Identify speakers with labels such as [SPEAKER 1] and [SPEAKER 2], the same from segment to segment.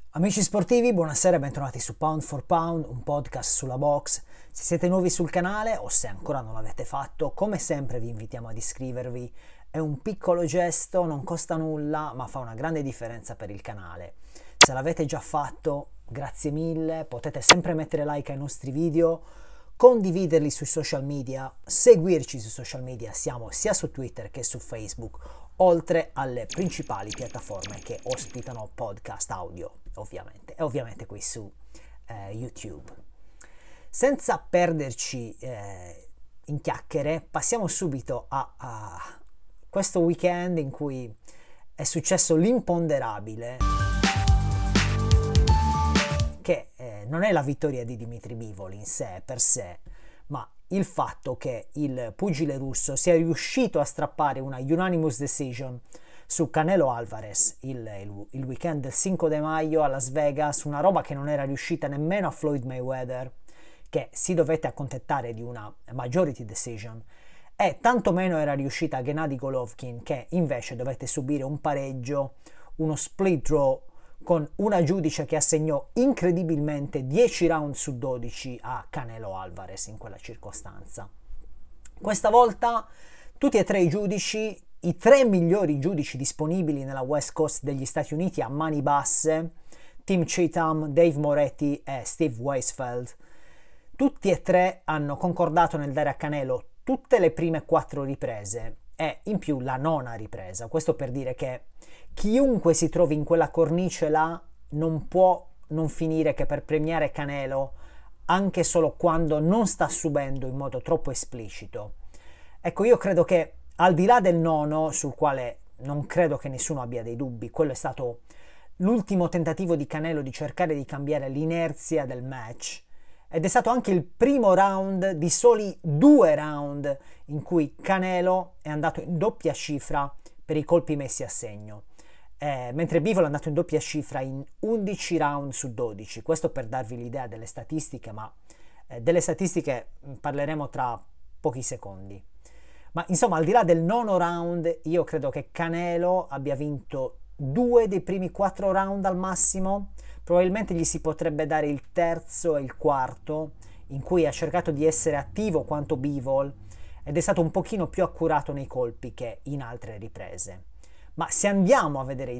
[SPEAKER 1] Amici sportivi, buonasera e bentornati su Pound for Pound, un podcast sulla box. Se siete nuovi sul canale o se ancora non l'avete fatto, come sempre vi invitiamo ad iscrivervi. È un piccolo gesto, non costa nulla, ma fa una grande differenza per il canale. Se l'avete già fatto, grazie mille, potete sempre mettere like ai nostri video, condividerli sui social media, seguirci sui social media, siamo sia su Twitter che su Facebook, oltre alle principali piattaforme che ospitano podcast audio, ovviamente, e ovviamente qui su YouTube. Senza perderci in chiacchiere, passiamo subito a questo weekend in cui è successo l'imponderabile, che non è la vittoria di Dmitry Bivol in sé per sé, ma il fatto che il pugile russo sia riuscito a strappare una unanimous decision su Canelo Alvarez il weekend del 5 maggio a Las Vegas, una roba che non era riuscita nemmeno a Floyd Mayweather, che si dovette accontentare di una majority decision, e tantomeno era riuscita a Gennady Golovkin, che invece dovette subire un pareggio, uno split draw, con una giudice che assegnò incredibilmente 10 round su 12 a Canelo Alvarez in quella circostanza. Questa volta tutti e tre i giudici, i tre migliori giudici disponibili nella West Coast degli Stati Uniti a mani basse, Tim Cheatham, Dave Moretti e Steve Weisfeld, tutti e tre hanno concordato nel dare a Canelo tutte le prime 4 riprese e in più la nona ripresa. Questo per dire che chiunque si trovi in quella cornice là non può non finire che per premiare Canelo, anche solo quando non sta subendo in modo troppo esplicito. Ecco, io credo che al di là del nono, sul quale non credo che nessuno abbia dei dubbi, quello è stato l'ultimo tentativo di Canelo di cercare di cambiare l'inerzia del match, ed è stato anche il primo round di soli 2 round in cui Canelo è andato in doppia cifra per i colpi messi a segno, mentre Bivol è andato in doppia cifra in 11 round su 12. Questo per darvi l'idea delle statistiche, ma delle statistiche parleremo tra pochi secondi. Ma insomma, al di là del nono round, io credo che Canelo abbia vinto 2 dei primi 4 round al massimo. Probabilmente gli si potrebbe dare il terzo e il quarto, in cui ha cercato di essere attivo quanto Bivol ed è stato un pochino più accurato nei colpi che in altre riprese. Ma se andiamo a vedere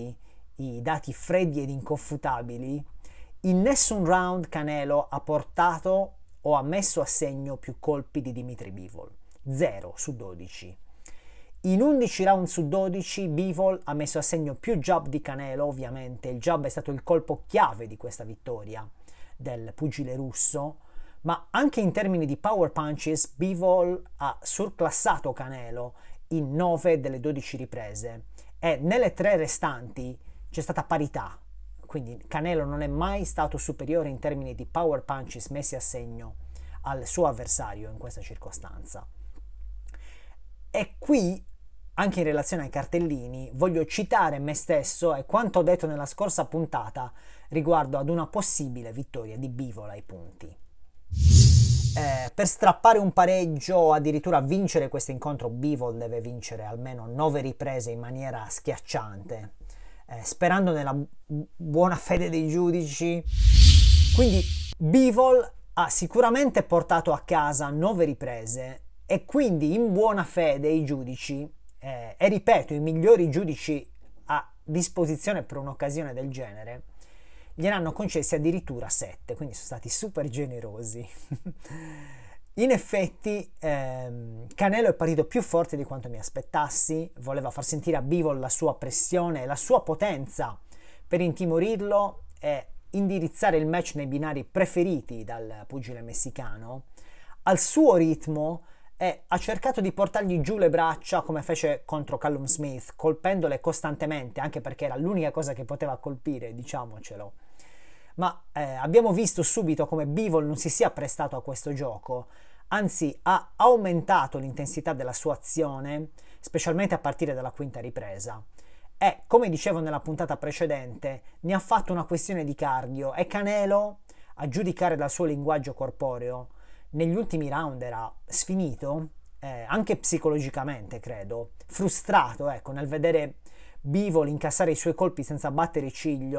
[SPEAKER 1] i dati freddi ed inconfutabili, in nessun round Canelo ha portato o ha messo a segno più colpi di Dmitry Bivol. 0 su 12. In 11 round su 12 Bivol ha messo a segno più jab di Canelo, ovviamente. Il jab è stato il colpo chiave di questa vittoria del pugile russo, ma anche in termini di power punches Bivol ha surclassato Canelo in 9 delle 12 riprese e nelle 3 restanti c'è stata parità, quindi Canelo non è mai stato superiore in termini di power punches messi a segno al suo avversario in questa circostanza. E qui, anche in relazione ai cartellini, voglio citare me stesso e quanto ho detto nella scorsa puntata riguardo ad una possibile vittoria di Bivol ai punti. Per strappare un pareggio o addirittura vincere questo incontro, Bivol deve vincere almeno 9 riprese in maniera schiacciante, sperando nella buona fede dei giudici. Quindi Bivol ha sicuramente portato a casa 9 riprese e quindi in buona fede i giudici, e ripeto, i migliori giudici a disposizione per un'occasione del genere, gliene hanno concessi addirittura 7, quindi sono stati super generosi. In effetti Canelo è partito più forte di quanto mi aspettassi, voleva far sentire a Bivol la sua pressione e la sua potenza per intimorirlo e indirizzare il match nei binari preferiti dal pugile messicano, al suo ritmo, e ha cercato di portargli giù le braccia come fece contro Callum Smith, colpendole costantemente, anche perché era l'unica cosa che poteva colpire, diciamocelo. Ma abbiamo visto subito come Bivol non si sia prestato a questo gioco, anzi ha aumentato l'intensità della sua azione, specialmente a partire dalla quinta ripresa. E, come dicevo nella puntata precedente, ne ha fatto una questione di cardio e Canelo, a giudicare dal suo linguaggio corporeo, negli ultimi round era sfinito, anche psicologicamente credo, frustrato, ecco, nel vedere Bivol incassare i suoi colpi senza battere ciglio,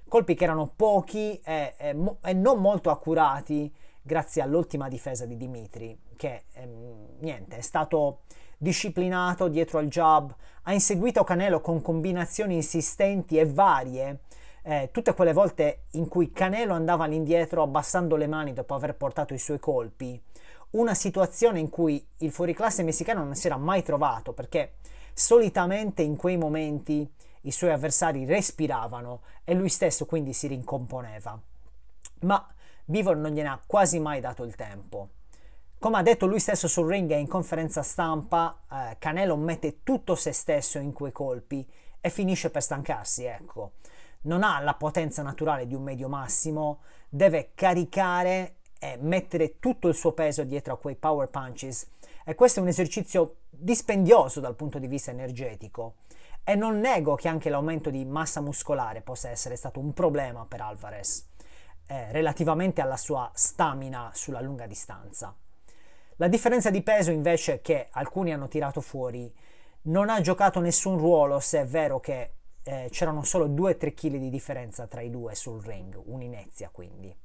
[SPEAKER 1] colpi che erano pochi e non molto accurati grazie all'ottima difesa di Dimitri, che niente, è stato disciplinato dietro al jab, ha inseguito Canelo con combinazioni insistenti e varie, tutte quelle volte in cui Canelo andava all'indietro abbassando le mani dopo aver portato i suoi colpi, una situazione in cui il fuoriclasse messicano non si era mai trovato, perché solitamente in quei momenti i suoi avversari respiravano e lui stesso quindi si rincomponeva. Ma Bivol non gliene ha quasi mai dato il tempo. Come ha detto lui stesso sul ring e in conferenza stampa, Canelo mette tutto se stesso in quei colpi e finisce per stancarsi, ecco. Non ha la potenza naturale di un medio massimo, deve caricare e mettere tutto il suo peso dietro a quei power punches, e questo è un esercizio dispendioso dal punto di vista energetico, e non nego che anche l'aumento di massa muscolare possa essere stato un problema per Alvarez, relativamente alla sua stamina sulla lunga distanza. La differenza di peso invece che alcuni hanno tirato fuori non ha giocato nessun ruolo, se è vero che c'erano solo 2-3 kg di differenza tra i due sul ring, un'inezia quindi.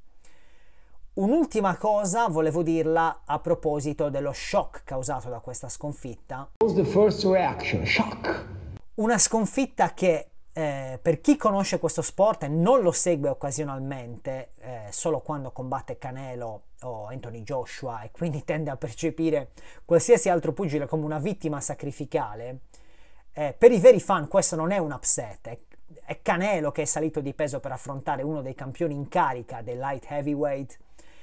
[SPEAKER 1] Un'ultima cosa volevo dirla a proposito dello shock causato da questa sconfitta.
[SPEAKER 2] What was the first reaction? Shock.
[SPEAKER 1] Una sconfitta che per chi conosce questo sport e non lo segue occasionalmente, solo quando combatte Canelo o Anthony Joshua e quindi tende a percepire qualsiasi altro pugile come una vittima sacrificale, per i veri fan questo non è un upset, è Canelo che è salito di peso per affrontare uno dei campioni in carica del light heavyweight,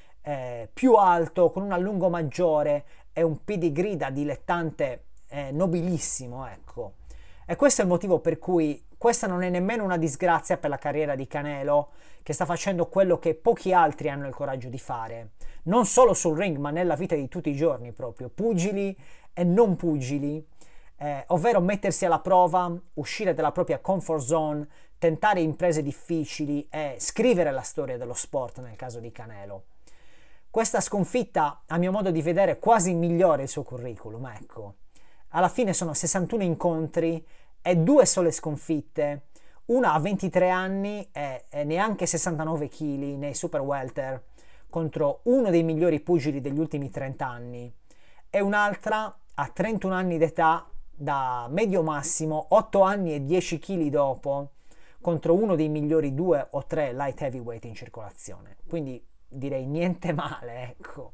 [SPEAKER 1] più alto, con un allungo maggiore e un pedigree da dilettante nobilissimo, ecco. E questo è il motivo per cui questa non è nemmeno una disgrazia per la carriera di Canelo, che sta facendo quello che pochi altri hanno il coraggio di fare, non solo sul ring ma nella vita di tutti i giorni proprio, pugili e non pugili, ovvero mettersi alla prova, uscire dalla propria comfort zone, tentare imprese difficili e scrivere la storia dello sport nel caso di Canelo. Questa sconfitta, a mio modo di vedere, quasi migliora il suo curriculum, ecco. Alla fine sono 61 incontri e 2 sole sconfitte, una a 23 anni e neanche 69 kg nei super welter contro uno dei migliori pugili degli ultimi 30 anni e un'altra a 31 anni d'età da medio massimo, 8 anni e 10 kg dopo, contro uno dei migliori 2 o 3 light heavyweight in circolazione. Quindi direi niente male, ecco.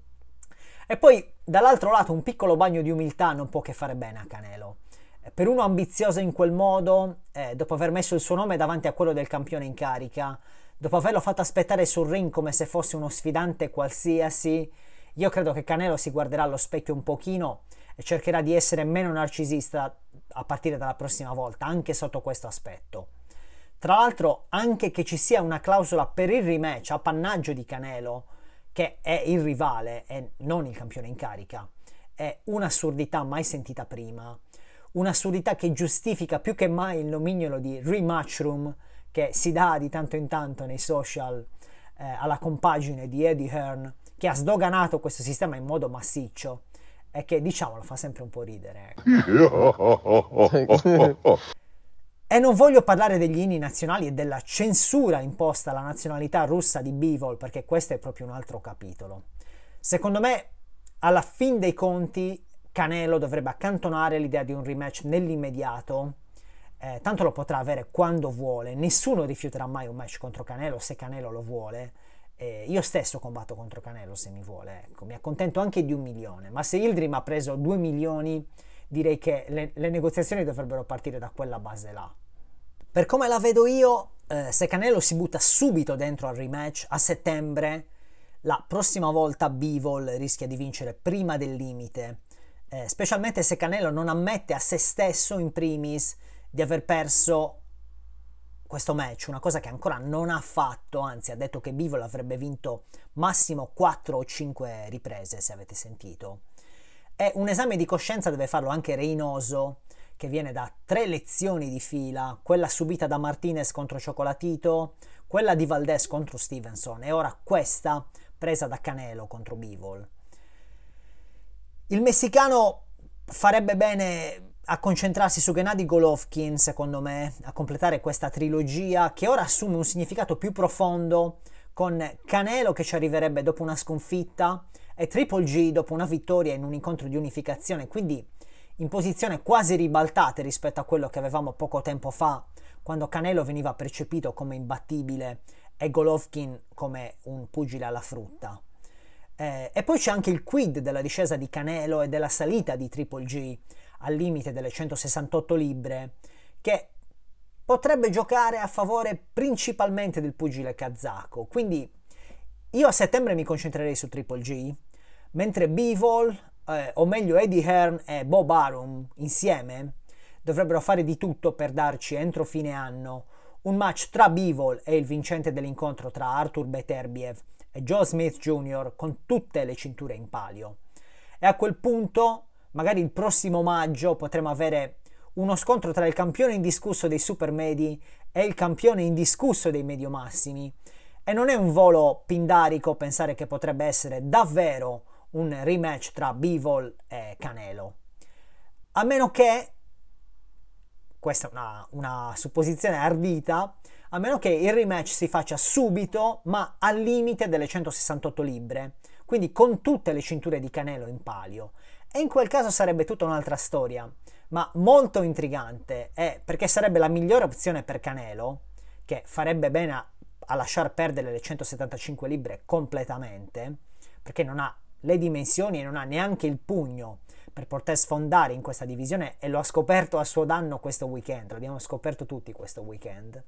[SPEAKER 1] E poi dall'altro lato un piccolo bagno di umiltà non può che fare bene a Canelo. Per uno ambizioso in quel modo, dopo aver messo il suo nome davanti a quello del campione in carica, dopo averlo fatto aspettare sul ring come se fosse uno sfidante qualsiasi, io credo che Canelo si guarderà allo specchio un pochino e cercherà di essere meno narcisista a partire dalla prossima volta, anche sotto questo aspetto. Tra l'altro, anche che ci sia una clausola per il rematch a pannaggio di Canelo, che è il rivale e non il campione in carica, è un'assurdità mai sentita prima, un'assurdità che giustifica più che mai il nomignolo di rematch room che si dà di tanto in tanto nei social alla compagine di Eddie Hearn, che ha sdoganato questo sistema in modo massiccio e che, diciamolo, fa sempre un po' ridere. E non voglio parlare degli inni nazionali e della censura imposta alla nazionalità russa di Bivol, perché questo è proprio un altro capitolo. Secondo me, alla fin dei conti, Canelo dovrebbe accantonare l'idea di un rematch nell'immediato, tanto lo potrà avere quando vuole, nessuno rifiuterà mai un match contro Canelo se Canelo lo vuole, io stesso combatto contro Canelo se mi vuole, ecco, mi accontento anche di 1 milione, ma se Yildirim ha preso 2 milioni direi che le negoziazioni dovrebbero partire da quella base là. Per come la vedo io, se Canelo si butta subito dentro al rematch a settembre, la prossima volta Bivol rischia di vincere prima del limite, specialmente se Canelo non ammette a se stesso in primis di aver perso questo match, una cosa che ancora non ha fatto, anzi ha detto che Bivol avrebbe vinto massimo 4 o 5 riprese, se avete sentito. E un esame di coscienza deve farlo anche Reynoso, che viene da 3 lezioni di fila, quella subita da Martinez contro Cioccolatito, quella di Valdez contro Stevenson e ora questa presa da Canelo contro Bivol. Il messicano farebbe bene a concentrarsi su Gennady Golovkin, secondo me, a completare questa trilogia che ora assume un significato più profondo, con Canelo che ci arriverebbe dopo una sconfitta e Triple G dopo una vittoria in un incontro di unificazione, quindi in posizione quasi ribaltate rispetto a quello che avevamo poco tempo fa, quando Canelo veniva percepito come imbattibile e Golovkin come un pugile alla frutta. E poi c'è anche il quid della discesa di Canelo e della salita di Triple G al limite delle 168 libbre, che potrebbe giocare a favore principalmente del pugile kazako. Quindi io a settembre mi concentrerei su Triple G, mentre Bivol, o meglio Eddie Hearn e Bob Arum insieme dovrebbero fare di tutto per darci entro fine anno un match tra Bivol e il vincente dell'incontro tra Artur Beterbiev e Joe Smith Jr. con tutte le cinture in palio. E a quel punto, magari il prossimo maggio, potremo avere uno scontro tra il campione indiscusso dei supermedi e il campione indiscusso dei medio massimi. E non è un volo pindarico pensare che potrebbe essere davvero un rematch tra Bivol e Canelo. A meno che, questa è una supposizione ardita, a meno che il rematch si faccia subito, ma al limite delle 168 libbre, quindi con tutte le cinture di Canelo in palio. E in quel caso sarebbe tutta un'altra storia, ma molto intrigante, perché sarebbe la migliore opzione per Canelo, che farebbe bene a lasciar perdere le 175 libbre completamente, perché non ha le dimensioni e non ha neanche il pugno per poter sfondare in questa divisione, e lo ha scoperto a suo danno questo weekend, l'abbiamo scoperto tutti questo weekend.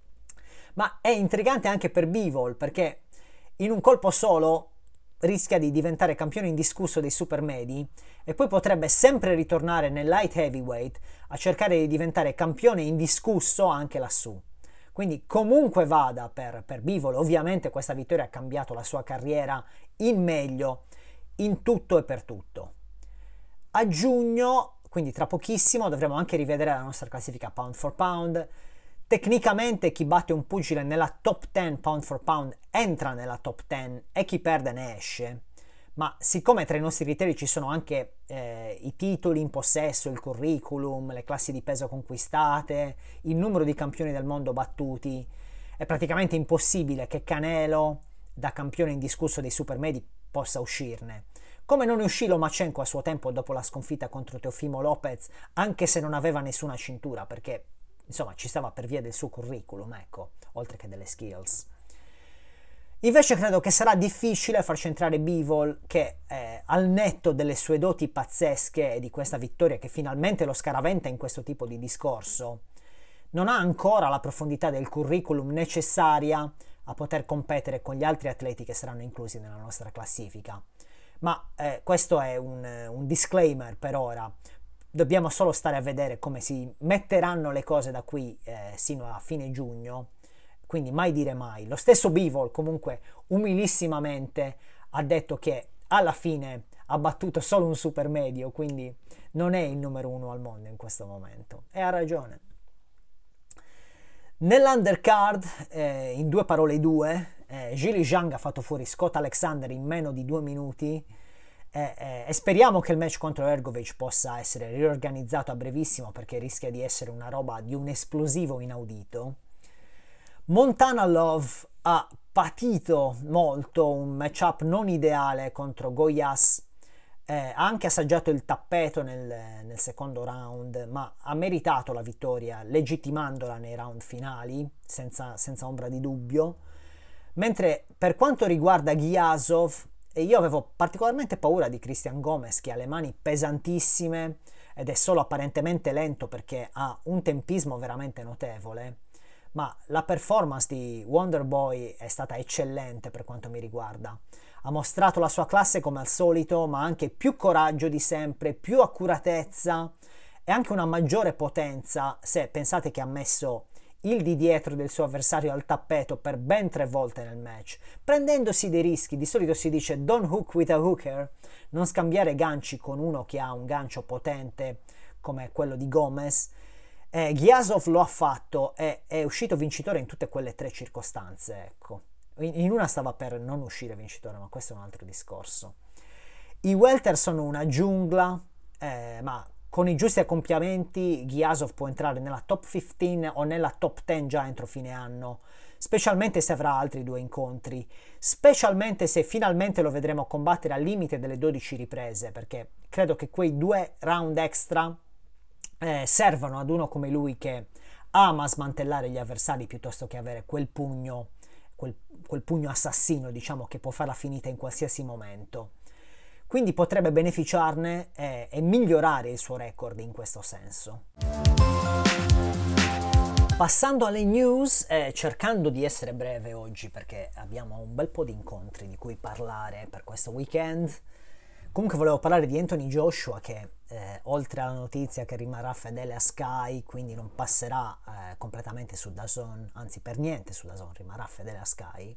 [SPEAKER 1] Ma è intrigante anche per Bivol, perché in un colpo solo rischia di diventare campione indiscusso dei supermedi e poi potrebbe sempre ritornare nel light heavyweight a cercare di diventare campione indiscusso anche lassù. Quindi comunque vada per Bivol, ovviamente questa vittoria ha cambiato la sua carriera in meglio, in tutto e per tutto. A giugno, quindi tra pochissimo, dovremo anche rivedere la nostra classifica pound for pound. Tecnicamente chi batte un pugile nella top 10 pound for pound entra nella top 10 e chi perde ne esce, ma siccome tra i nostri criteri ci sono anche i titoli in possesso, il curriculum, le classi di peso conquistate, il numero di campioni del mondo battuti, è praticamente impossibile che Canelo, da campione indiscusso dei supermedi, possa uscirne. Come non uscì Lomachenko a suo tempo dopo la sconfitta contro Teofimo Lopez, anche se non aveva nessuna cintura, perché insomma ci stava per via del suo curriculum, ecco, oltre che delle skills. Invece credo che sarà difficile far centrare Bivol, che al netto delle sue doti pazzesche e di questa vittoria che finalmente lo scaraventa in questo tipo di discorso, non ha ancora la profondità del curriculum necessaria a poter competere con gli altri atleti che saranno inclusi nella nostra classifica. Ma questo è un disclaimer per ora. Dobbiamo solo stare a vedere come si metteranno le cose da qui sino a fine giugno, quindi mai dire mai. Lo stesso Bivol comunque umilissimamente ha detto che alla fine ha battuto solo un supermedio, quindi non è il numero uno al mondo in questo momento, e ha ragione. Nell'undercard, in due parole due, Zhilei Zhang ha fatto fuori Scott Alexander in meno di 2 minuti, e speriamo che il match contro Hrgović possa essere riorganizzato a brevissimo, perché rischia di essere una roba di un esplosivo inaudito. Montana Love ha patito molto un matchup non ideale contro Goiás, ha anche assaggiato il tappeto nel secondo round, ma ha meritato la vittoria legittimandola nei round finali senza ombra di dubbio. Mentre per quanto riguarda Ghiasov, io avevo particolarmente paura di Christian Gomez, che ha le mani pesantissime ed è solo apparentemente lento perché ha un tempismo veramente notevole, ma la performance di Wonderboy è stata eccellente per quanto mi riguarda. Ha mostrato la sua classe come al solito, ma anche più coraggio di sempre, più accuratezza e anche una maggiore potenza, se pensate che ha messo il di dietro del suo avversario al tappeto per ben 3 volte nel match, prendendosi dei rischi. Di solito si dice don't hook with a hooker, non scambiare ganci con uno che ha un gancio potente come quello di Gomez. Ghiasov lo ha fatto e è uscito vincitore in tutte quelle 3 circostanze, ecco. In una stava per non uscire vincitore, ma questo è un altro discorso. I welter sono una giungla, ma con i giusti accoppiamenti Ghiasov può entrare nella top 15 o nella top 10 già entro fine anno, specialmente se avrà altri 2 incontri, specialmente se finalmente lo vedremo combattere al limite delle 12 riprese, perché credo che quei 2 round extra servono ad uno come lui che ama smantellare gli avversari piuttosto che avere quel pugno assassino, diciamo, che può farla finita in qualsiasi momento. Quindi potrebbe beneficiarne e migliorare il suo record in questo senso. Passando alle news, cercando di essere breve oggi perché abbiamo un bel po' di incontri di cui parlare per questo weekend. Comunque volevo parlare di Anthony Joshua che oltre alla notizia che rimarrà fedele a Sky, quindi non passerà completamente su DAZN, anzi per niente su DAZN, rimarrà fedele a Sky,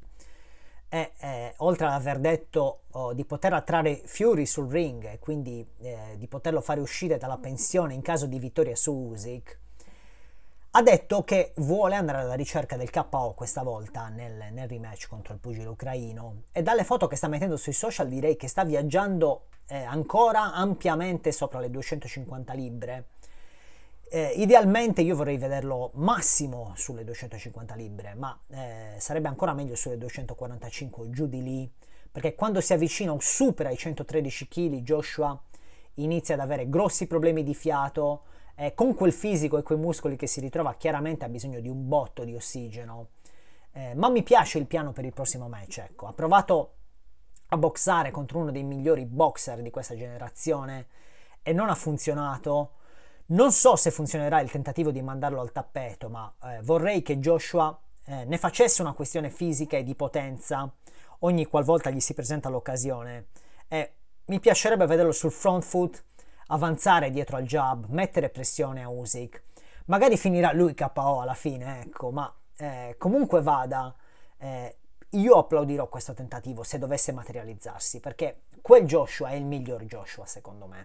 [SPEAKER 1] e oltre ad aver detto di poter attrarre Fury sul ring e quindi di poterlo fare uscire dalla pensione in caso di vittoria su Usyk, ha detto che vuole andare alla ricerca del KO questa volta nel rematch contro il pugile ucraino, e dalle foto che sta mettendo sui social direi che sta viaggiando ancora ampiamente sopra le 250 libbre. Idealmente io vorrei vederlo massimo sulle 250 libbre, ma sarebbe ancora meglio sulle 245 o giù di lì, perché quando si avvicina o supera i 113 kg Joshua inizia ad avere grossi problemi di fiato, con quel fisico e quei muscoli che si ritrova chiaramente ha bisogno di un botto di ossigeno, ma mi piace il piano per il prossimo match. Ecco, ha provato a boxare contro uno dei migliori boxer di questa generazione e non ha funzionato. Non so se funzionerà il tentativo di mandarlo al tappeto, ma vorrei che Joshua ne facesse una questione fisica e di potenza ogni qualvolta gli si presenta l'occasione, e mi piacerebbe vederlo sul front foot, avanzare dietro al jab, mettere pressione a Usyk. Magari finirà lui KO alla fine, ecco, ma comunque vada, io applaudirò questo tentativo se dovesse materializzarsi, perché quel Joshua è il miglior Joshua secondo me.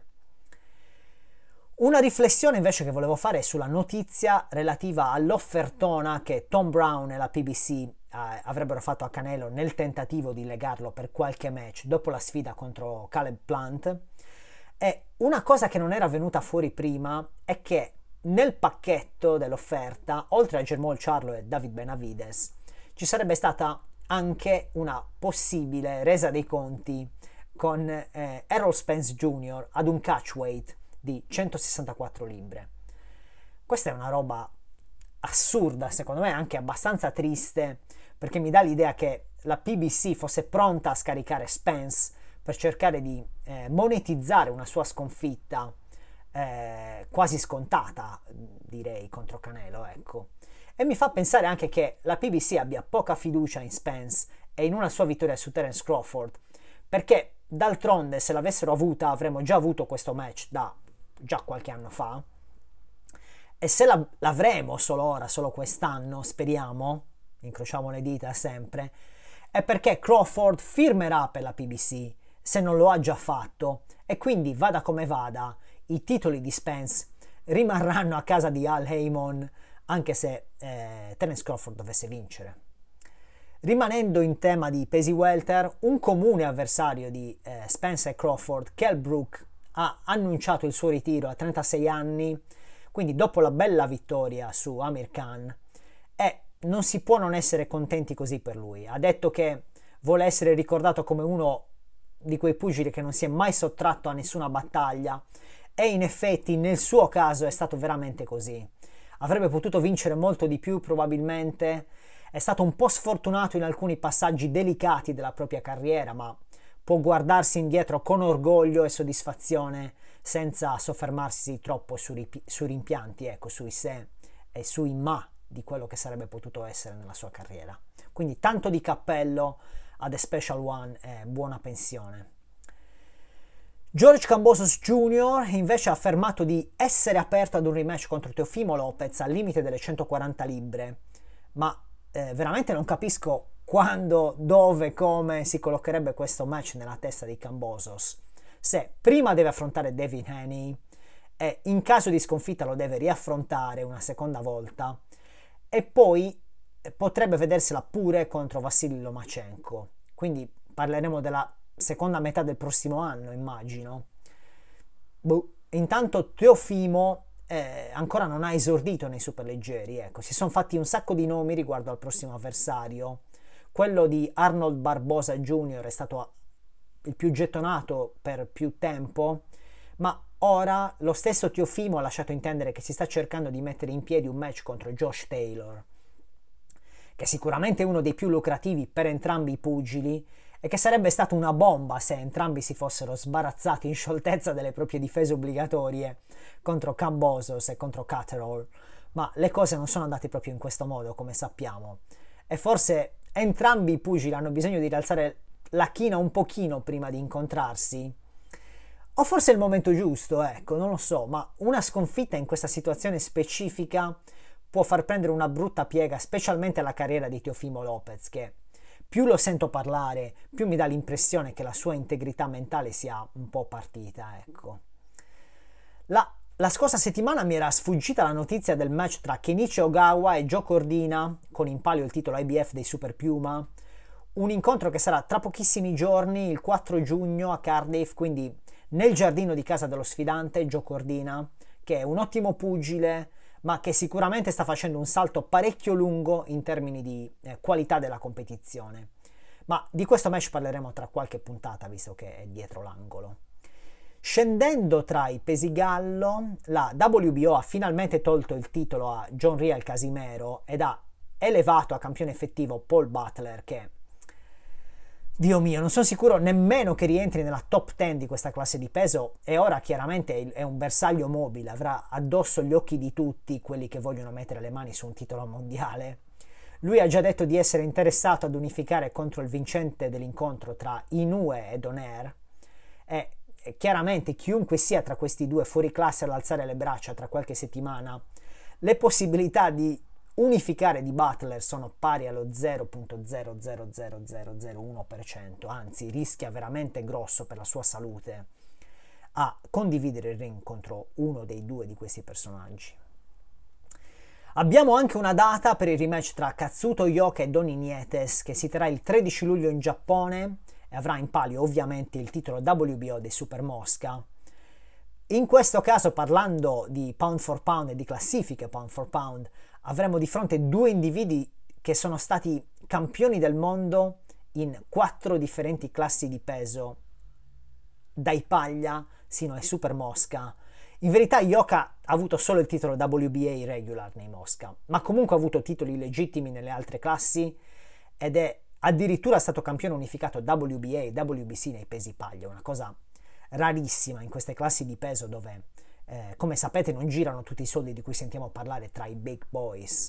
[SPEAKER 1] Una riflessione invece che volevo fare è sulla notizia relativa all'offertona che Tom Brown e la PBC avrebbero fatto a Canelo nel tentativo di legarlo per qualche match dopo la sfida contro Caleb Plant. E una cosa che non era venuta fuori prima è che nel pacchetto dell'offerta, oltre a Jermall Charlo e David Benavides, ci sarebbe stata anche una possibile resa dei conti con Errol Spence Jr. ad un catchweight di 164 libbre. Questa è una roba assurda, secondo me anche abbastanza triste, perché mi dà l'idea che la PBC fosse pronta a scaricare Spence per cercare di monetizzare una sua sconfitta quasi scontata, direi, contro Canelo, ecco. E mi fa pensare anche che la PBC abbia poca fiducia in Spence e in una sua vittoria su Terence Crawford, perché d'altronde se l'avessero avuta avremmo già avuto questo match da già qualche anno fa, e se l'avremo solo ora, solo quest'anno, speriamo, incrociamo le dita sempre, è perché Crawford firmerà per la PBC, se non lo ha già fatto, e quindi vada come vada, i titoli di Spence rimarranno a casa di Al Haymon, anche se Terence Crawford dovesse vincere. Rimanendo in tema di pesi welter, un comune avversario di Spence e Crawford, Kell Brook, ha annunciato il suo ritiro a 36 anni, quindi dopo la bella vittoria su Amir Khan, e non si può non essere contenti così per lui. Ha detto che vuole essere ricordato come uno di quei pugili che non si è mai sottratto a nessuna battaglia, e in effetti nel suo caso è stato veramente così. Avrebbe potuto vincere molto di più probabilmente, è stato un po' sfortunato in alcuni passaggi delicati della propria carriera, ma può guardarsi indietro con orgoglio e soddisfazione senza soffermarsi troppo sui rimpianti, ecco, sui se e sui ma di quello che sarebbe potuto essere nella sua carriera. Quindi tanto di cappello a The Special One e buona pensione. George Kambosos Jr. invece ha affermato di essere aperto ad un rematch contro Teofimo Lopez al limite delle 140 libbre, ma veramente non capisco quando, dove, come si collocherebbe questo match nella testa di Kambosos. Se prima deve affrontare Devin Haney e in caso di sconfitta lo deve riaffrontare una seconda volta, e poi potrebbe vedersela pure contro Vassili Lomachenko, quindi parleremo della seconda metà del prossimo anno, immagino. intanto Teofimo ancora non ha esordito nei superleggeri, ecco. Si sono fatti un sacco di nomi riguardo al prossimo avversario. Quello di Arnold Barbosa Jr. è stato il più gettonato per più tempo, ma ora lo stesso Teofimo ha lasciato intendere che si sta cercando di mettere in piedi un match contro Josh Taylor, che è sicuramente uno dei più lucrativi per entrambi i pugili e che sarebbe stata una bomba se entrambi si fossero sbarazzati in scioltezza delle proprie difese obbligatorie contro Kambosos e contro Catterall, ma le cose non sono andate proprio in questo modo, come sappiamo, e forse entrambi i pugili hanno bisogno di rialzare la china un pochino prima di incontrarsi, o forse è il momento giusto, ecco, non lo so, ma una sconfitta in questa situazione specifica può far prendere una brutta piega, specialmente alla carriera di Teofimo Lopez, che più lo sento parlare, più mi dà l'impressione che la sua integrità mentale sia un po' partita, ecco. La scorsa settimana mi era sfuggita la notizia del match tra Kenichi Ogawa e Joe Cordina, con in palio il titolo IBF dei Super Piuma, un incontro che sarà tra pochissimi giorni, il 4 giugno a Cardiff, quindi nel giardino di casa dello sfidante Joe Cordina, che è un ottimo pugile, ma che sicuramente sta facendo un salto parecchio lungo in termini di qualità della competizione. Ma di questo match parleremo tra qualche puntata, visto che è dietro l'angolo. Scendendo tra i pesi gallo, la WBO ha finalmente tolto il titolo a John Riel Casimero ed ha elevato a campione effettivo Paul Butler, che, Dio mio, non sono sicuro nemmeno che rientri nella top 10 di questa classe di peso, e ora chiaramente è un bersaglio mobile, avrà addosso gli occhi di tutti quelli che vogliono mettere le mani su un titolo mondiale. Lui ha già detto di essere interessato ad unificare contro il vincente dell'incontro tra Inoue e Donaire, e chiaramente chiunque sia tra questi due fuori classe ad alzare le braccia tra qualche settimana, le possibilità di unificare di Butler sono pari allo 0.0000001%, anzi rischia veramente grosso per la sua salute a condividere il ring contro uno dei due di questi personaggi. Abbiamo anche una data per il rematch tra Katsuto Yoka e Donny Nietes, che si terrà il 13 luglio in Giappone e avrà in palio ovviamente il titolo WBO dei Super Mosca. In questo caso, parlando di pound for pound e di classifiche pound for pound, avremo di fronte due individui che sono stati campioni del mondo in 4 differenti classi di peso, dai paglia sino ai Super Mosca. In verità Yoka ha avuto solo il titolo WBA regular nei Mosca, ma comunque ha avuto titoli legittimi nelle altre classi ed è addirittura stato campione unificato WBA e WBC nei pesi paglia, una cosa rarissima in queste classi di peso dove, come sapete, non girano tutti i soldi di cui sentiamo parlare tra i big boys.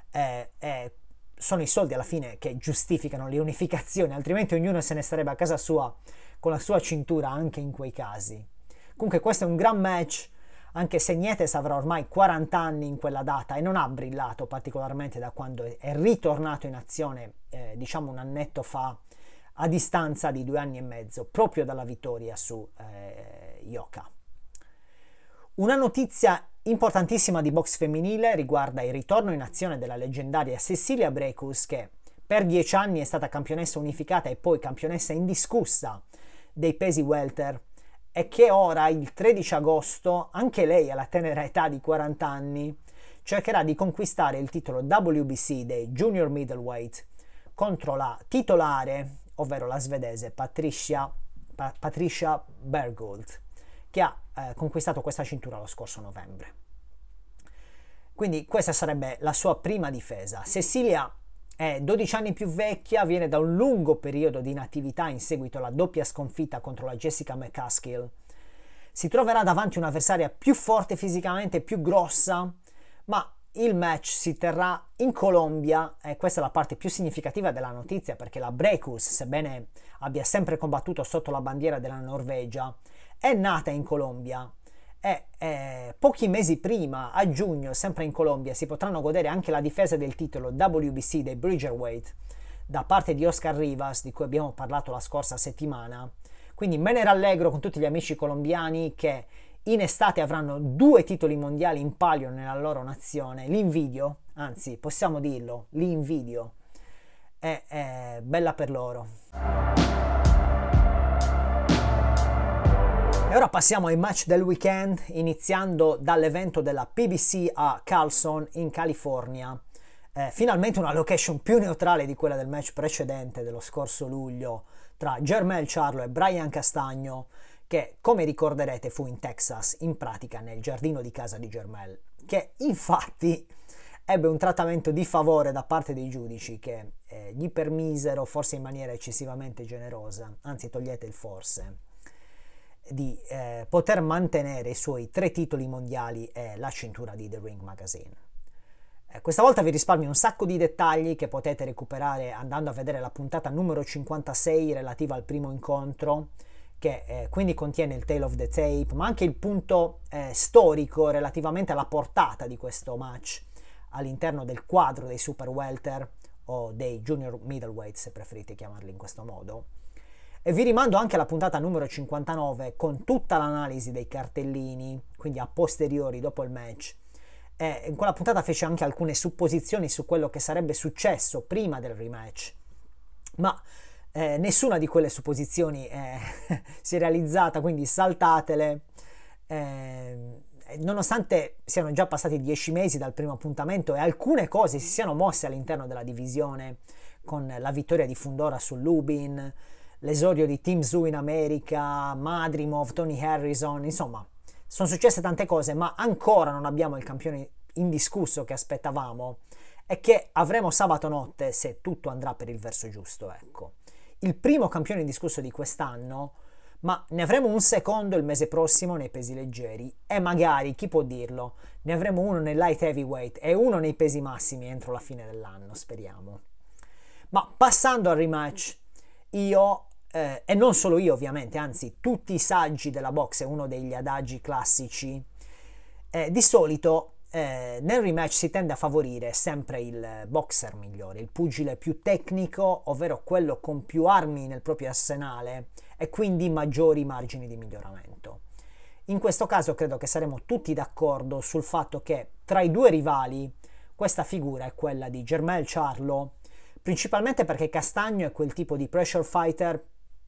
[SPEAKER 1] Sono i soldi alla fine che giustificano le unificazioni, altrimenti ognuno se ne starebbe a casa sua con la sua cintura anche in quei casi. Comunque questo è un gran match, anche se Nietes avrà ormai 40 anni in quella data e non ha brillato particolarmente da quando è ritornato in azione, diciamo un annetto fa, a distanza di 2 anni e mezzo, proprio dalla vittoria su Yoka. Una notizia importantissima di box femminile riguarda il ritorno in azione della leggendaria Cecilia Brækhus, che per 10 anni è stata campionessa unificata e poi campionessa indiscussa dei pesi welter, e che ora, il 13 agosto, anche lei alla tenera età di 40 anni, cercherà di conquistare il titolo WBC dei Junior Middleweight contro la titolare, ovvero la svedese Patricia Bergold, che ha conquistato questa cintura lo scorso novembre. Quindi questa sarebbe la sua prima difesa. Cecilia è 12 anni più vecchia, viene da un lungo periodo di inattività in seguito alla doppia sconfitta contro la Jessica McCaskill. Si troverà davanti un'avversaria più forte fisicamente, più grossa, ma il match si terrà in Colombia, e questa è la parte più significativa della notizia, perché la Brækhus, sebbene abbia sempre combattuto sotto la bandiera della Norvegia, è nata in Colombia e pochi mesi prima, a giugno, sempre in Colombia, si potranno godere anche la difesa del titolo WBC dei Bridgerweight da parte di Oscar Rivas, di cui abbiamo parlato la scorsa settimana. Quindi me ne rallegro con tutti gli amici colombiani che in estate avranno 2 titoli mondiali in palio nella loro nazione. Li invidio, anzi possiamo dirlo, li invidio. È bella per loro. E ora passiamo ai match del weekend, iniziando dall'evento della PBC a Carlson in California. Finalmente una location più neutrale di quella del match precedente dello scorso luglio tra Jermell Charlo e Brian Castagno, che come ricorderete fu in Texas, in pratica nel giardino di casa di Jermell, che infatti ebbe un trattamento di favore da parte dei giudici che gli permisero, forse in maniera eccessivamente generosa, anzi togliete il forse, di poter mantenere i suoi 3 titoli mondiali e la cintura di The Ring Magazine. Questa volta vi risparmio un sacco di dettagli che potete recuperare andando a vedere la puntata numero 56 relativa al primo incontro, che quindi contiene il Tale of the Tape, ma anche il punto storico relativamente alla portata di questo match all'interno del quadro dei Super Welter o dei Junior Middleweight, se preferite chiamarli in questo modo. E vi rimando anche alla puntata numero 59 con tutta l'analisi dei cartellini, quindi a posteriori dopo il match. E in quella puntata fece anche alcune supposizioni su quello che sarebbe successo prima del rematch, ma nessuna di quelle supposizioni si è realizzata, quindi saltatele. Nonostante siano già passati 10 mesi dal primo appuntamento e alcune cose si siano mosse all'interno della divisione, con la vittoria di Fundora su Lubin, l'esordio di Tim Tszyu in America, Madrimov, Tony Harrison, insomma sono successe tante cose, ma ancora non abbiamo il campione indiscusso che aspettavamo e che avremo sabato notte se tutto andrà per il verso giusto, ecco. Il primo campione indiscusso di quest'anno, ma ne avremo un secondo il mese prossimo nei pesi leggeri e magari, chi può dirlo, ne avremo uno nel light heavyweight e uno nei pesi massimi entro la fine dell'anno, speriamo. Ma passando al rematch, io e non solo io ovviamente, anzi tutti i saggi della box, è uno degli adagi classici, di solito nel rematch si tende a favorire sempre il boxer migliore, il pugile più tecnico, ovvero quello con più armi nel proprio arsenale e quindi maggiori margini di miglioramento. In questo caso credo che saremo tutti d'accordo sul fatto che tra i due rivali questa figura è quella di Jermell Charlo, principalmente perché Castagno è quel tipo di pressure fighter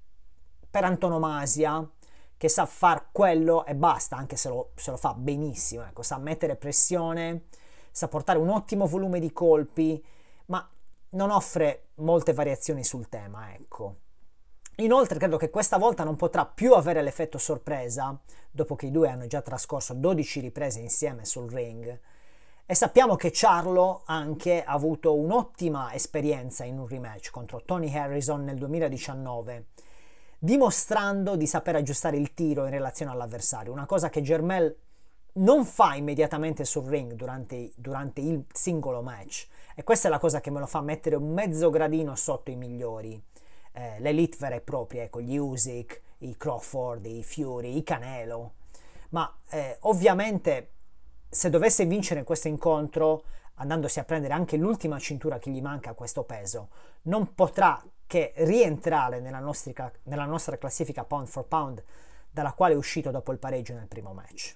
[SPEAKER 1] per antonomasia, che sa far quello e basta, anche se lo fa benissimo, ecco, sa mettere pressione, sa portare un ottimo volume di colpi, ma non offre molte variazioni sul tema, ecco. Inoltre credo che questa volta non potrà più avere l'effetto sorpresa, dopo che i due hanno già trascorso 12 riprese insieme sul ring, e sappiamo che Charlo anche ha avuto un'ottima esperienza in un rematch contro Tony Harrison nel 2019, dimostrando di saper aggiustare il tiro in relazione all'avversario, una cosa che Jermell non fa immediatamente sul ring durante il singolo match, e questa è la cosa che me lo fa mettere un mezzo gradino sotto i migliori, l'elite vera e propria, ecco, gli Usyk, i Crawford, i Fury, i Canelo, ma ovviamente se dovesse vincere questo incontro, andandosi a prendere anche l'ultima cintura che gli manca a questo peso, non potrà che rientrare nella nostra classifica pound for pound, dalla quale è uscito dopo il pareggio nel primo match.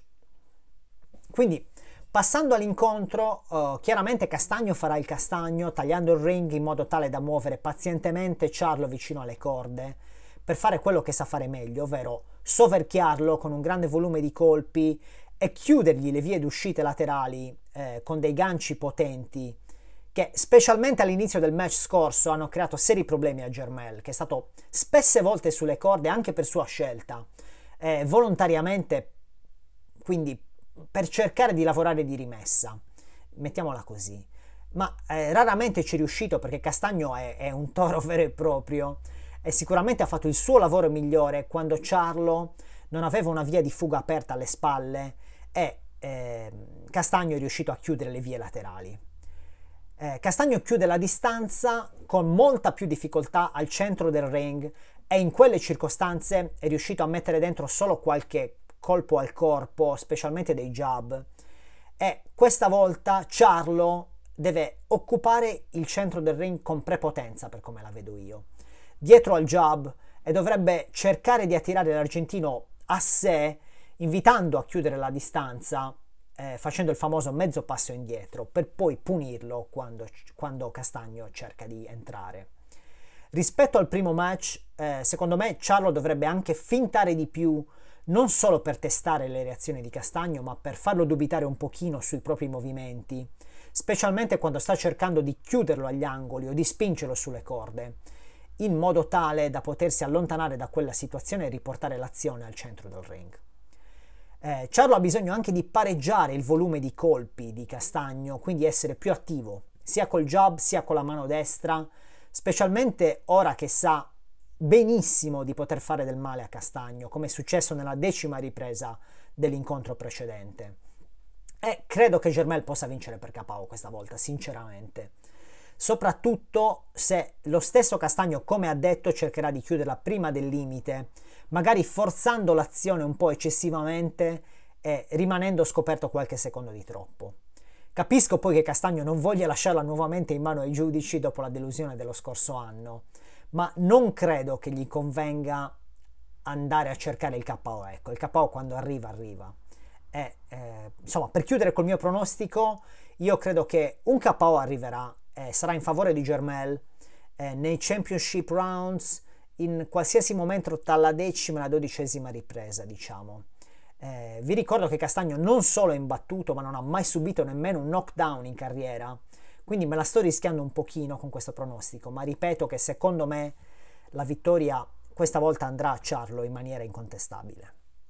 [SPEAKER 1] Quindi, passando all'incontro, chiaramente Castagno farà il Castagno, tagliando il ring in modo tale da muovere pazientemente Charlo vicino alle corde, per fare quello che sa fare meglio, ovvero soverchiarlo con un grande volume di colpi e chiudergli le vie d'uscite laterali con dei ganci potenti, che specialmente all'inizio del match scorso hanno creato seri problemi a Jermell, che è stato spesse volte sulle corde anche per sua scelta, volontariamente, quindi per cercare di lavorare di rimessa, mettiamola così, ma raramente ci è riuscito perché Castagno è un toro vero e proprio e sicuramente ha fatto il suo lavoro migliore quando Charlo non aveva una via di fuga aperta alle spalle e Castagno è riuscito a chiudere le vie laterali. Castagno chiude la distanza con molta più difficoltà al centro del ring e in quelle circostanze è riuscito a mettere dentro solo qualche colpo al corpo, specialmente dei jab, e questa volta Charlo deve occupare il centro del ring con prepotenza, per come la vedo io, dietro al jab, e dovrebbe cercare di attirare l'argentino a sé, invitando a chiudere la distanza, facendo il famoso mezzo passo indietro, per poi punirlo quando Castagno cerca di entrare. Rispetto al primo match, secondo me Charlo dovrebbe anche fintare di più non solo per testare le reazioni di Castagno, ma per farlo dubitare un pochino sui propri movimenti, specialmente quando sta cercando di chiuderlo agli angoli o di spingerlo sulle corde, in modo tale da potersi allontanare da quella situazione e riportare l'azione al centro del ring. Charlo ha bisogno anche di pareggiare il volume di colpi di Castagno, quindi essere più attivo, sia col jab sia con la mano destra, specialmente ora che sa benissimo di poter fare del male a Castagno, come è successo nella 10ª ripresa dell'incontro precedente. E credo che Jermell possa vincere per KO questa volta, sinceramente. Soprattutto se lo stesso Castagno, come ha detto, cercherà di chiuderla prima del limite, magari forzando l'azione un po' eccessivamente e rimanendo scoperto qualche secondo di troppo. Capisco poi che Castagno non voglia lasciarla nuovamente in mano ai giudici dopo la delusione dello scorso anno, ma non credo che gli convenga andare a cercare il KO. Ecco, il KO quando arriva, arriva. Insomma, per chiudere col mio pronostico, io credo che un KO arriverà, sarà in favore di Jermell nei championship rounds in qualsiasi momento tra la 10ª e la 12ª ripresa, diciamo. Vi ricordo che Castagno non solo è imbattuto, ma non ha mai subito nemmeno un knockdown in carriera, quindi me la sto rischiando un pochino con questo pronostico, ma ripeto che secondo me la vittoria questa volta andrà a Charlo in maniera incontestabile.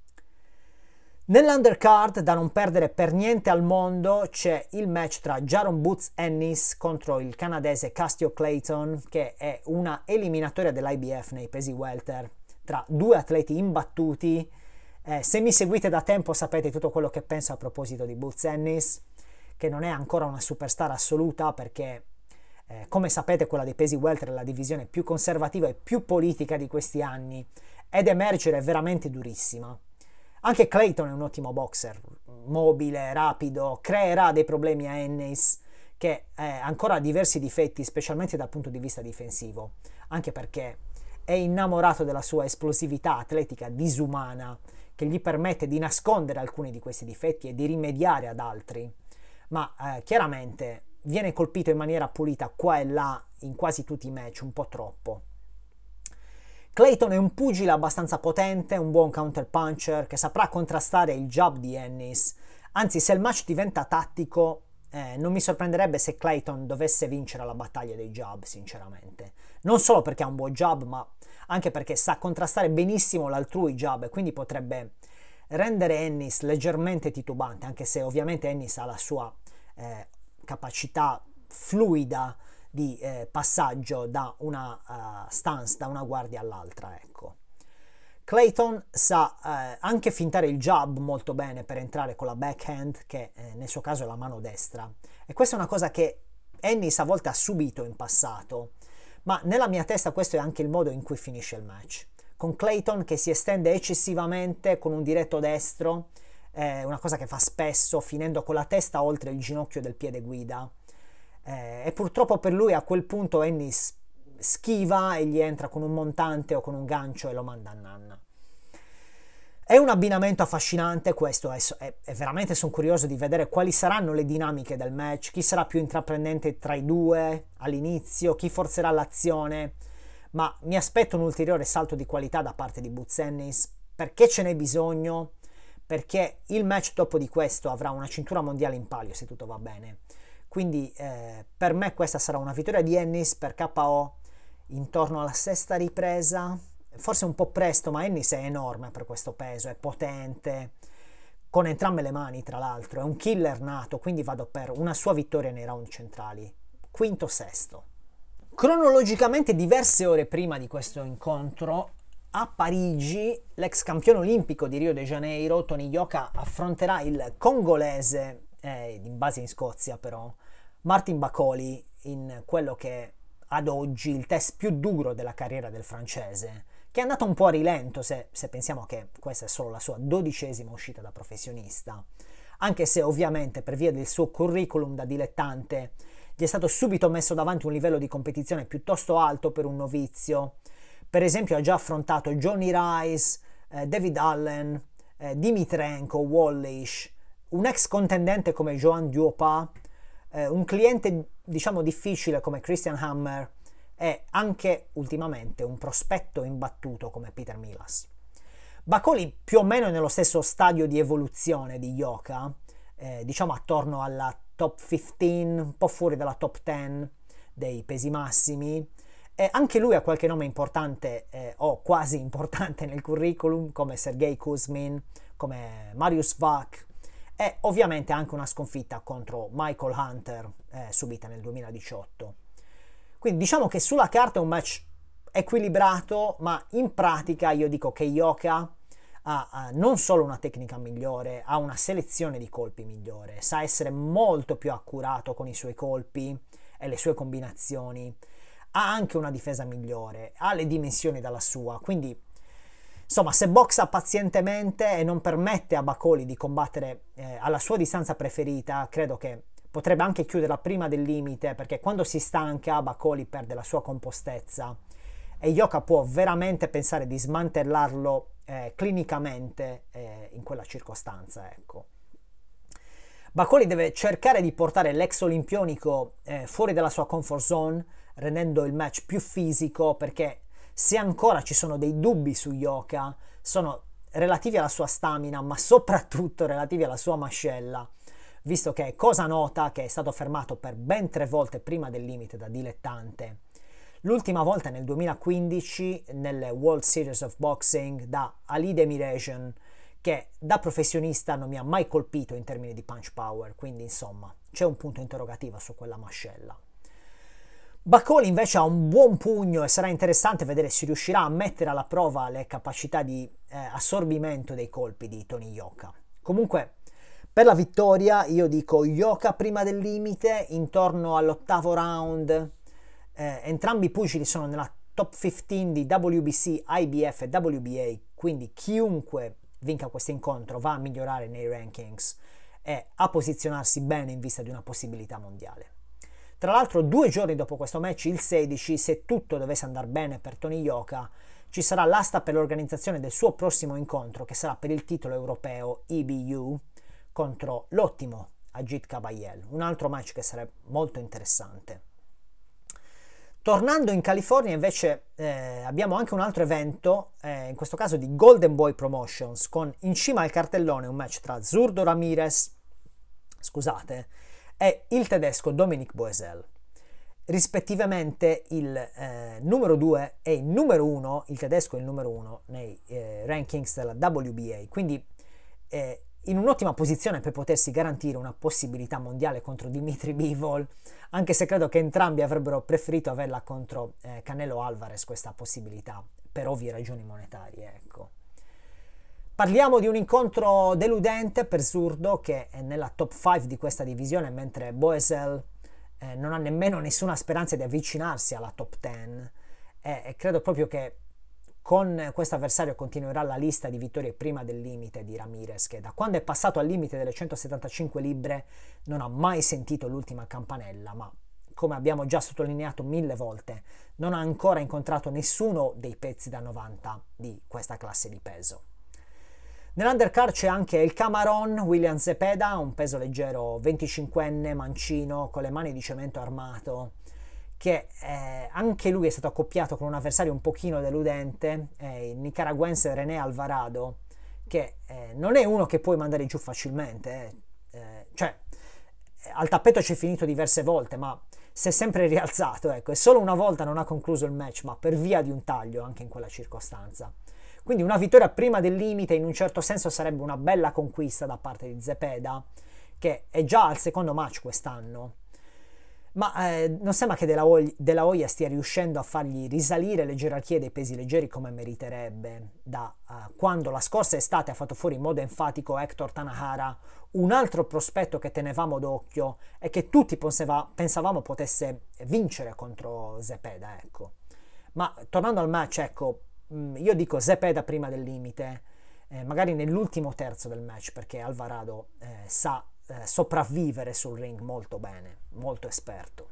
[SPEAKER 1] Nell'undercard, da non perdere per niente al mondo, c'è il match tra Jaron Boots Ennis contro il canadese Cassio Clayton, che è una eliminatoria dell'IBF nei pesi welter tra due atleti imbattuti. Se mi seguite da tempo sapete tutto quello che penso a proposito di Boots Ennis, che non è ancora una superstar assoluta perché, come sapete, quella dei pesi welter è la divisione più conservativa e più politica di questi anni, ed emergere è veramente durissima. Anche Clayton è un ottimo boxer, mobile, rapido, creerà dei problemi a Ennis, che ancora ha diversi difetti, specialmente dal punto di vista difensivo, anche perché è innamorato della sua esplosività atletica disumana, che gli permette di nascondere alcuni di questi difetti e di rimediare ad altri, ma chiaramente viene colpito in maniera pulita qua e là in quasi tutti i match, un po' troppo. Clayton è un pugile abbastanza potente, un buon counter puncher che saprà contrastare il jab di Ennis, anzi se il match diventa tattico non mi sorprenderebbe se Clayton dovesse vincere la battaglia dei jab, sinceramente. Non solo perché ha un buon jab, ma anche perché sa contrastare benissimo l'altrui jab e quindi potrebbe rendere Ennis leggermente titubante, anche se ovviamente Ennis ha la sua capacità fluida di passaggio da una stance, da una guardia all'altra, ecco. Clayton sa anche fintare il jab molto bene per entrare con la backhand, che nel suo caso è la mano destra, e questa è una cosa che Ennis a volte ha subito in passato, ma nella mia testa questo è anche il modo in cui finisce il match, con Clayton che si estende eccessivamente con un diretto destro, una cosa che fa spesso, finendo con la testa oltre il ginocchio del piede guida, e purtroppo per lui a quel punto Ennis schiva e gli entra con un montante o con un gancio e lo manda a nanna. È un abbinamento affascinante questo, è veramente sono curioso di vedere quali saranno le dinamiche del match, chi sarà più intraprendente tra i due all'inizio, chi forzerà l'azione, ma mi aspetto un ulteriore salto di qualità da parte di Boots Ennis, perché ce n'è bisogno, perché il match dopo di questo avrà una cintura mondiale in palio se tutto va bene. Quindi per me questa sarà una vittoria di Ennis per KO intorno alla 6ª ripresa, forse un po' presto, ma Ennis è enorme per questo peso, è potente, con entrambe le mani tra l'altro, è un killer nato, quindi vado per una sua vittoria nei round centrali, quinto sesto. Cronologicamente diverse ore prima di questo incontro, a Parigi, l'ex campione olimpico di Rio de Janeiro, Tony Yoka, affronterà il congolese, in base in Scozia però, Martin Bakoli, in quello che ad oggi il test più duro della carriera del francese, che è andato un po' a rilento se pensiamo che questa è solo la sua 12ª uscita da professionista, anche se ovviamente per via del suo curriculum da dilettante gli è stato subito messo davanti un livello di competizione piuttosto alto per un novizio. Per esempio ha già affrontato Johnny Rice, David Allen, Dimitrenko, Wallish, un ex contendente come Joan Duopa, un cliente diciamo difficile come Christian Hammer e anche ultimamente un prospetto imbattuto come Peter Milas. Bacoli più o meno è nello stesso stadio di evoluzione di Yoka, diciamo attorno alla top 15, un po' fuori dalla top 10 dei pesi massimi. Anche lui ha qualche nome importante o quasi importante nel curriculum, come Sergei Kuzmin, come Mariusz Vach, e ovviamente anche una sconfitta contro Michael Hunter subita nel 2018. Quindi diciamo che sulla carta è un match equilibrato, ma in pratica io dico che Yoka ha non solo una tecnica migliore, ha una selezione di colpi migliore, sa essere molto più accurato con i suoi colpi e le sue combinazioni, ha anche una difesa migliore, ha le dimensioni dalla sua, quindi insomma se boxa pazientemente e non permette a Bacoli di combattere alla sua distanza preferita, credo che potrebbe anche chiuderla prima del limite, perché quando si stanca Bacoli perde la sua compostezza e Yoka può veramente pensare di smantellarlo clinicamente in quella circostanza, ecco. Bacoli deve cercare di portare l'ex olimpionico fuori dalla sua comfort zone, rendendo il match più fisico, perché se ancora ci sono dei dubbi su Yoka, sono relativi alla sua stamina, ma soprattutto relativi alla sua mascella, visto che è cosa nota che è stato fermato per ben 3 volte prima del limite da dilettante. L'ultima volta nel 2015 nelle World Series of Boxing da Ali Demirejian, che da professionista non mi ha mai colpito in termini di punch power, quindi insomma c'è un punto interrogativo su quella mascella. Bacoli invece ha un buon pugno e sarà interessante vedere se riuscirà a mettere alla prova le capacità di assorbimento dei colpi di Tony Yoka. Comunque per la vittoria io dico Yoka prima del limite, intorno all'8º round. Entrambi i pugili sono nella top 15 di WBC, IBF e WBA, quindi chiunque vinca questo incontro va a migliorare nei rankings e a posizionarsi bene in vista di una possibilità mondiale. Tra l'altro 2 giorni dopo questo match, il 16, se tutto dovesse andare bene per Tony Yoka, ci sarà l'asta per l'organizzazione del suo prossimo incontro, che sarà per il titolo europeo EBU contro l'ottimo Agit Kabayel, un altro match che sarebbe molto interessante. Tornando in California invece abbiamo anche un altro evento, in questo caso di Golden Boy Promotions, con in cima al cartellone un match tra Zurdo Ramirez, e il tedesco Dominic Boesel, rispettivamente il numero 2 e il numero 1, il tedesco è il numero 1 nei rankings della WBA, quindi in un'ottima posizione per potersi garantire una possibilità mondiale contro Dimitri Bivol, anche se credo che entrambi avrebbero preferito averla contro Canelo Alvarez questa possibilità, per ovvie ragioni monetarie, ecco. Parliamo di un incontro deludente per Zurdo, che è nella top 5 di questa divisione, mentre Boesel non ha nemmeno nessuna speranza di avvicinarsi alla top 10 e credo proprio che con questo avversario continuerà la lista di vittorie prima del limite di Ramirez, che da quando è passato al limite delle 175 libbre non ha mai sentito l'ultima campanella, ma come abbiamo già sottolineato 1000 volte, non ha ancora incontrato nessuno dei pezzi da 90 di questa classe di peso. Nell'undercard c'è anche il Cameron William Zepeda, un peso leggero 25enne, mancino, con le mani di cemento armato, che anche lui è stato accoppiato con un avversario un pochino deludente, il nicaraguense René Alvarado, che non è uno che puoi mandare giù facilmente, cioè al tappeto c'è finito diverse volte, ma si è sempre rialzato, ecco, e solo una volta non ha concluso il match, ma per via di un taglio anche in quella circostanza. Quindi una vittoria prima del limite in un certo senso sarebbe una bella conquista da parte di Zepeda, che è già al secondo match quest'anno, ma non sembra che De La Hoya stia riuscendo a fargli risalire le gerarchie dei pesi leggeri come meriterebbe, da quando la scorsa estate ha fatto fuori in modo enfatico Hector Tanahara, un altro prospetto che tenevamo d'occhio e che tutti pensavamo potesse vincere contro Zepeda, ecco. Ma tornando al match, ecco, io dico Zepeda prima del limite, magari nell'ultimo terzo del match, perché Alvarado sa sopravvivere sul ring molto bene, molto esperto.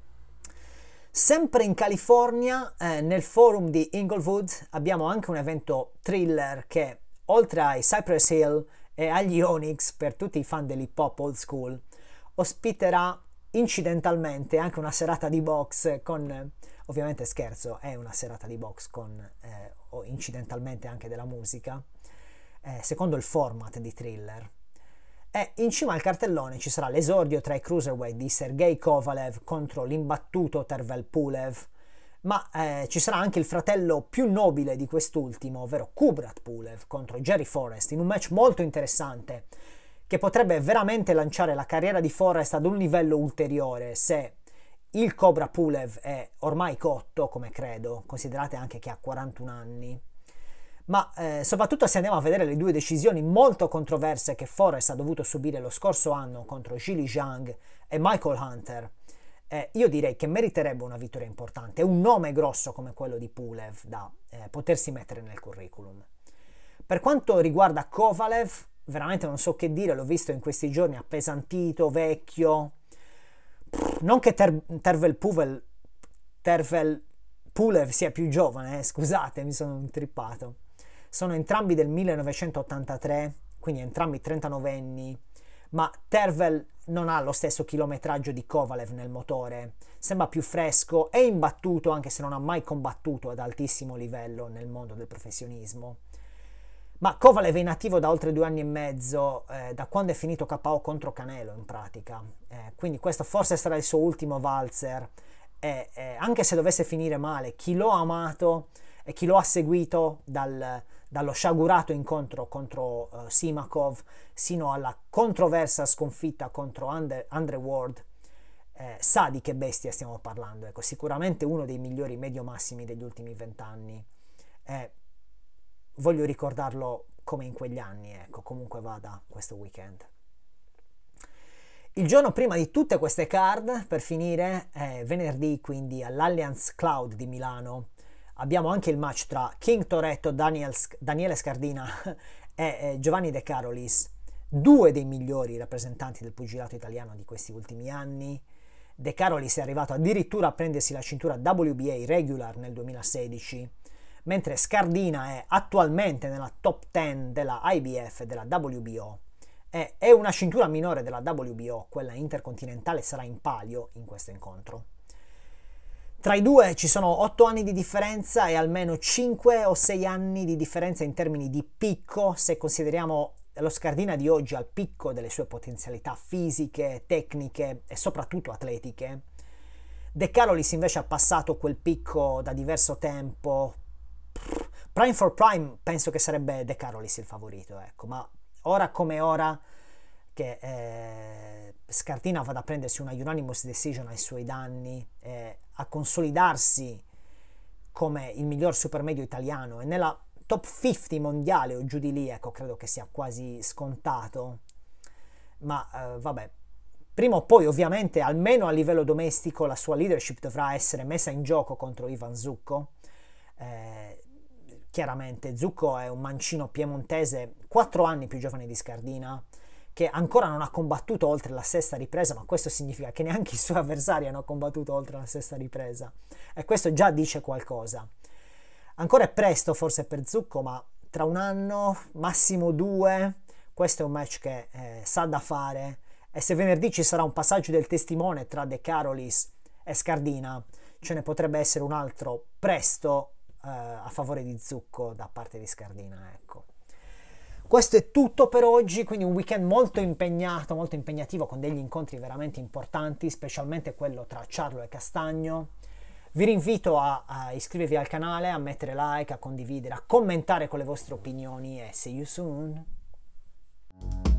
[SPEAKER 1] Sempre in California, nel forum di Inglewood, abbiamo anche un evento thriller che, oltre ai Cypress Hill e agli Onyx, per tutti i fan dell'hip hop old school, ospiterà incidentalmente anche una serata di box con, ovviamente scherzo, è una serata di box con o incidentalmente anche della musica, secondo il format di Thriller. E in cima al cartellone ci sarà l'esordio tra i cruiserweight di Sergei Kovalev contro l'imbattuto Tervel Pulev, ma ci sarà anche il fratello più nobile di quest'ultimo, ovvero Kubrat Pulev contro Jerry Forrest, in un match molto interessante che potrebbe veramente lanciare la carriera di Forrest ad un livello ulteriore se il Cobra Pulev è ormai cotto, come credo, considerate anche che ha 41 anni. Ma soprattutto se andiamo a vedere le due decisioni molto controverse che Forrest ha dovuto subire lo scorso anno contro Zhili Zhang e Michael Hunter, io direi che meriterebbe una vittoria importante, un nome grosso come quello di Pulev da potersi mettere nel curriculum. Per quanto riguarda Kovalev, veramente non so che dire, l'ho visto in questi giorni appesantito, vecchio. Non che Tervel Pulev sia più giovane, scusate, mi sono intrippato. Sono entrambi del 1983, quindi entrambi 39enni, ma Tervel non ha lo stesso chilometraggio di Kovalev nel motore, sembra più fresco e imbattuto anche se non ha mai combattuto ad altissimo livello nel mondo del professionismo. Ma Kovalev è inattivo da oltre 2 anni e mezzo, da quando è finito KO contro Canelo in pratica, quindi questo forse sarà il suo ultimo valzer, anche se dovesse finire male, chi lo ha amato e chi lo ha seguito dallo sciagurato incontro contro Simakov sino alla controversa sconfitta contro Andre Ward, sa di che bestia stiamo parlando. Ecco, sicuramente uno dei migliori medio-massimi degli ultimi 20 anni. Voglio ricordarlo come in quegli anni, ecco, comunque vada questo weekend. Il giorno prima di tutte queste card, per finire, venerdì quindi all'Allianz Cloud di Milano, abbiamo anche il match tra King Toretto, Daniele Scardina e Giovanni De Carolis, due dei migliori rappresentanti del pugilato italiano di questi ultimi anni. De Carolis è arrivato addirittura a prendersi la cintura WBA regular nel 2016, mentre Scardina è attualmente nella top 10 della IBF e della WBO. È una cintura minore della WBO, quella intercontinentale sarà in palio in questo incontro. Tra i due ci sono 8 anni di differenza e almeno 5 o 6 anni di differenza in termini di picco, se consideriamo lo Scardina di oggi al picco delle sue potenzialità fisiche, tecniche e soprattutto atletiche. De Carolis invece ha passato quel picco da diverso tempo. Prime for prime penso che sarebbe De Carolis il favorito, ecco, ma ora come ora che Scardina vada a prendersi una unanimous decision ai suoi danni, a consolidarsi come il miglior supermedio italiano e nella top 50 mondiale o giù di lì, ecco, credo che sia quasi scontato. Ma vabbè, prima o poi ovviamente, almeno a livello domestico, la sua leadership dovrà essere messa in gioco contro Ivan Zucco. Chiaramente Zucco è un mancino piemontese 4 anni più giovane di Scardina, che ancora non ha combattuto oltre la 6ª ripresa, ma questo significa che neanche i suoi avversari hanno combattuto oltre la 6ª ripresa, e questo già dice qualcosa. Ancora è presto forse per Zucco, ma tra 1 anno, massimo 2, questo è un match che sa da fare, e se venerdì ci sarà un passaggio del testimone tra De Carolis e Scardina, ce ne potrebbe essere un altro presto a favore di Zucco da parte di Scardina, ecco. Questo è tutto per oggi, quindi un weekend molto impegnato, molto impegnativo, con degli incontri veramente importanti, specialmente quello tra Charlo e Castagno. Vi rinvito a iscrivervi al canale, a mettere like, a condividere, a commentare con le vostre opinioni e see you soon!